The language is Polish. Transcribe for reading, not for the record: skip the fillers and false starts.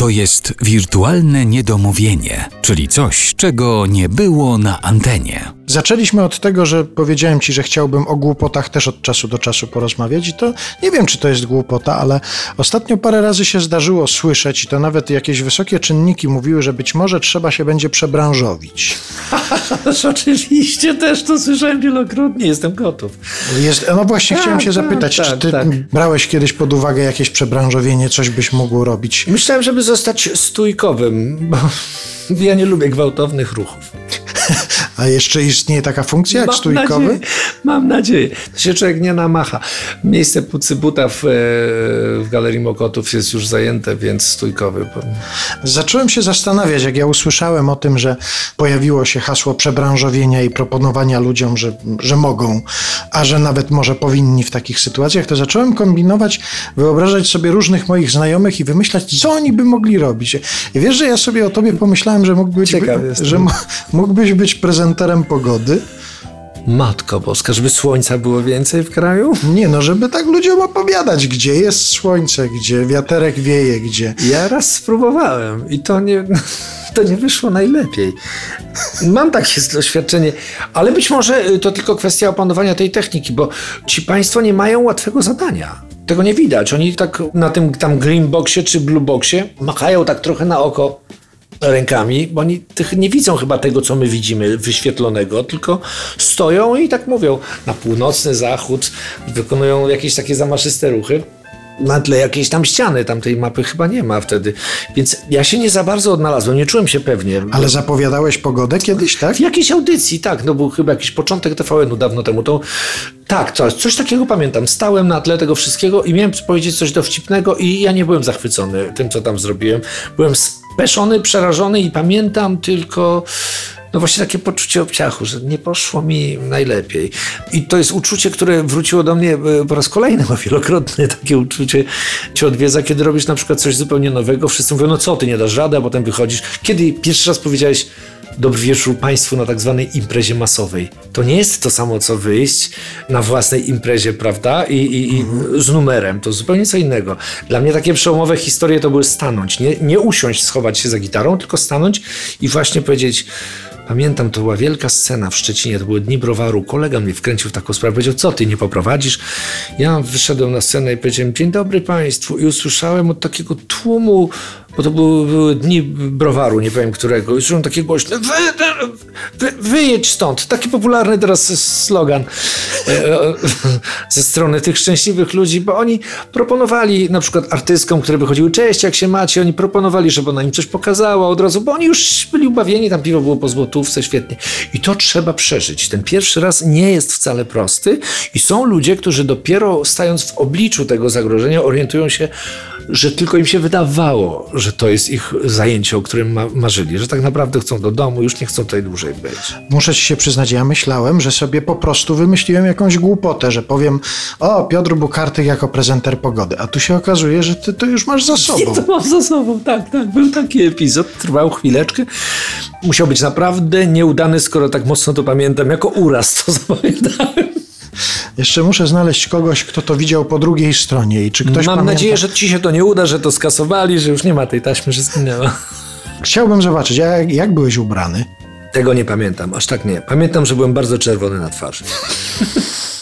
to jest wirtualne niedomówienie, czyli coś, czego nie było na antenie. Zaczęliśmy od tego, że powiedziałem ci, że chciałbym o głupotach też od czasu do czasu porozmawiać i to nie wiem, czy to jest głupota, ale ostatnio parę razy się zdarzyło słyszeć i to nawet jakieś wysokie czynniki mówiły, że być może trzeba się będzie przebranżowić. Oczywiście, też to słyszałem wielokrotnie, jestem gotów. No właśnie, chciałem się zapytać, czy ty brałeś kiedyś pod uwagę jakieś przebranżowienie, coś byś mógł robić? Myślałem, żeby zostać stójkowym, bo ja nie lubię gwałtownych ruchów. A jeszcze istnieje taka funkcja jak stójkowy? Mam nadzieję. To się człowiek nie namacha. Miejsce Pucybuta w Galerii Mokotów jest już zajęte, więc stójkowy. Zacząłem się zastanawiać, jak ja usłyszałem o tym, że pojawiło się hasło przebranżowienia i proponowania ludziom, że mogą, a że nawet może powinni w takich sytuacjach, to zacząłem kombinować, wyobrażać sobie różnych moich znajomych i wymyślać, co oni by mogli robić. I wiesz, że ja sobie o tobie pomyślałem, że mógłbyś być prezenterem pogody. Matko Boska, żeby słońca było więcej w kraju? Nie, no żeby tak ludziom opowiadać, gdzie jest słońce, gdzie wiaterek wieje, gdzie... Ja raz spróbowałem i to nie wyszło najlepiej. Mam takie doświadczenie, ale być może to tylko kwestia opanowania tej techniki, bo ci państwo nie mają łatwego zadania. Tego nie widać. Oni tak na tym tam green boxie czy blue boxie machają tak trochę na oko rękami, bo oni nie widzą chyba tego, co my widzimy wyświetlonego, tylko stoją i tak mówią na północny zachód, wykonują jakieś takie zamaszyste ruchy. Na tle jakiejś tam ściany, tamtej mapy chyba nie ma wtedy. Więc ja się nie za bardzo odnalazłem, nie czułem się pewnie. Ale zapowiadałeś pogodę kiedyś, tak? W jakiejś audycji, tak. No był chyba jakiś początek TVN-u dawno temu. Coś takiego pamiętam. Stałem na tle tego wszystkiego i miałem powiedzieć coś dowcipnego i ja nie byłem zachwycony tym, co tam zrobiłem. Byłem speszony, przerażony i pamiętam tylko... No właśnie takie poczucie obciachu, że nie poszło mi najlepiej. I to jest uczucie, które wróciło do mnie po raz kolejny, bo wielokrotnie takie uczucie cię odwiedza, kiedy robisz na przykład coś zupełnie nowego. Wszyscy mówią, no co ty, nie dasz rady, a potem wychodzisz. Kiedy pierwszy raz powiedziałeś dobry wieczór Państwu na tak zwanej imprezie masowej. To nie jest to samo, co wyjść na własnej imprezie, prawda? I z numerem. To zupełnie co innego. Dla mnie takie przełomowe historie to były stanąć. Nie usiąść, schować się za gitarą, tylko stanąć i właśnie powiedzieć... Pamiętam, to była wielka scena w Szczecinie, to były Dni Browaru. Kolega mnie wkręcił w taką sprawę, powiedział, co ty, nie poprowadzisz? Ja wyszedłem na scenę i powiedziałem, dzień dobry Państwu. I usłyszałem od takiego tłumu, bo to były Dni Browaru, nie powiem którego. I usłyszałem takie głośne, wyjedź stąd. Taki popularny teraz slogan ze strony tych szczęśliwych ludzi, bo oni proponowali na przykład artystkom, które wychodziły, cześć, jak się macie? Oni proponowali, żeby ona im coś pokazała od razu, bo oni już byli ubawieni, tam piwo było po złotówce, świetnie. I to trzeba przeżyć. Ten pierwszy raz nie jest wcale prosty i są ludzie, którzy dopiero stając w obliczu tego zagrożenia orientują się, że tylko im się wydawało, że to jest ich zajęcie, o którym marzyli, że tak naprawdę chcą do domu, już nie chcą tutaj dłużej być. Muszę ci się przyznać, ja myślałem, że sobie po prostu wymyśliłem jakąś głupotę, że powiem, Piotr Bukartyk jako prezenter pogody, a tu się okazuje, że ty to już masz za sobą. Ja to mam za sobą, tak. Był taki epizod, trwał chwileczkę. Musiał być naprawdę nieudany, skoro tak mocno to pamiętam, jako uraz to zapamiętałem. Jeszcze muszę znaleźć kogoś, kto to widział po drugiej stronie i czy ktoś Mam nadzieję, że ci się to nie uda, że to skasowali, że już nie ma tej taśmy, że zginęła. Chciałbym zobaczyć, jak byłeś ubrany? Tego nie pamiętam, aż tak nie. Pamiętam, że byłem bardzo czerwony na twarzy.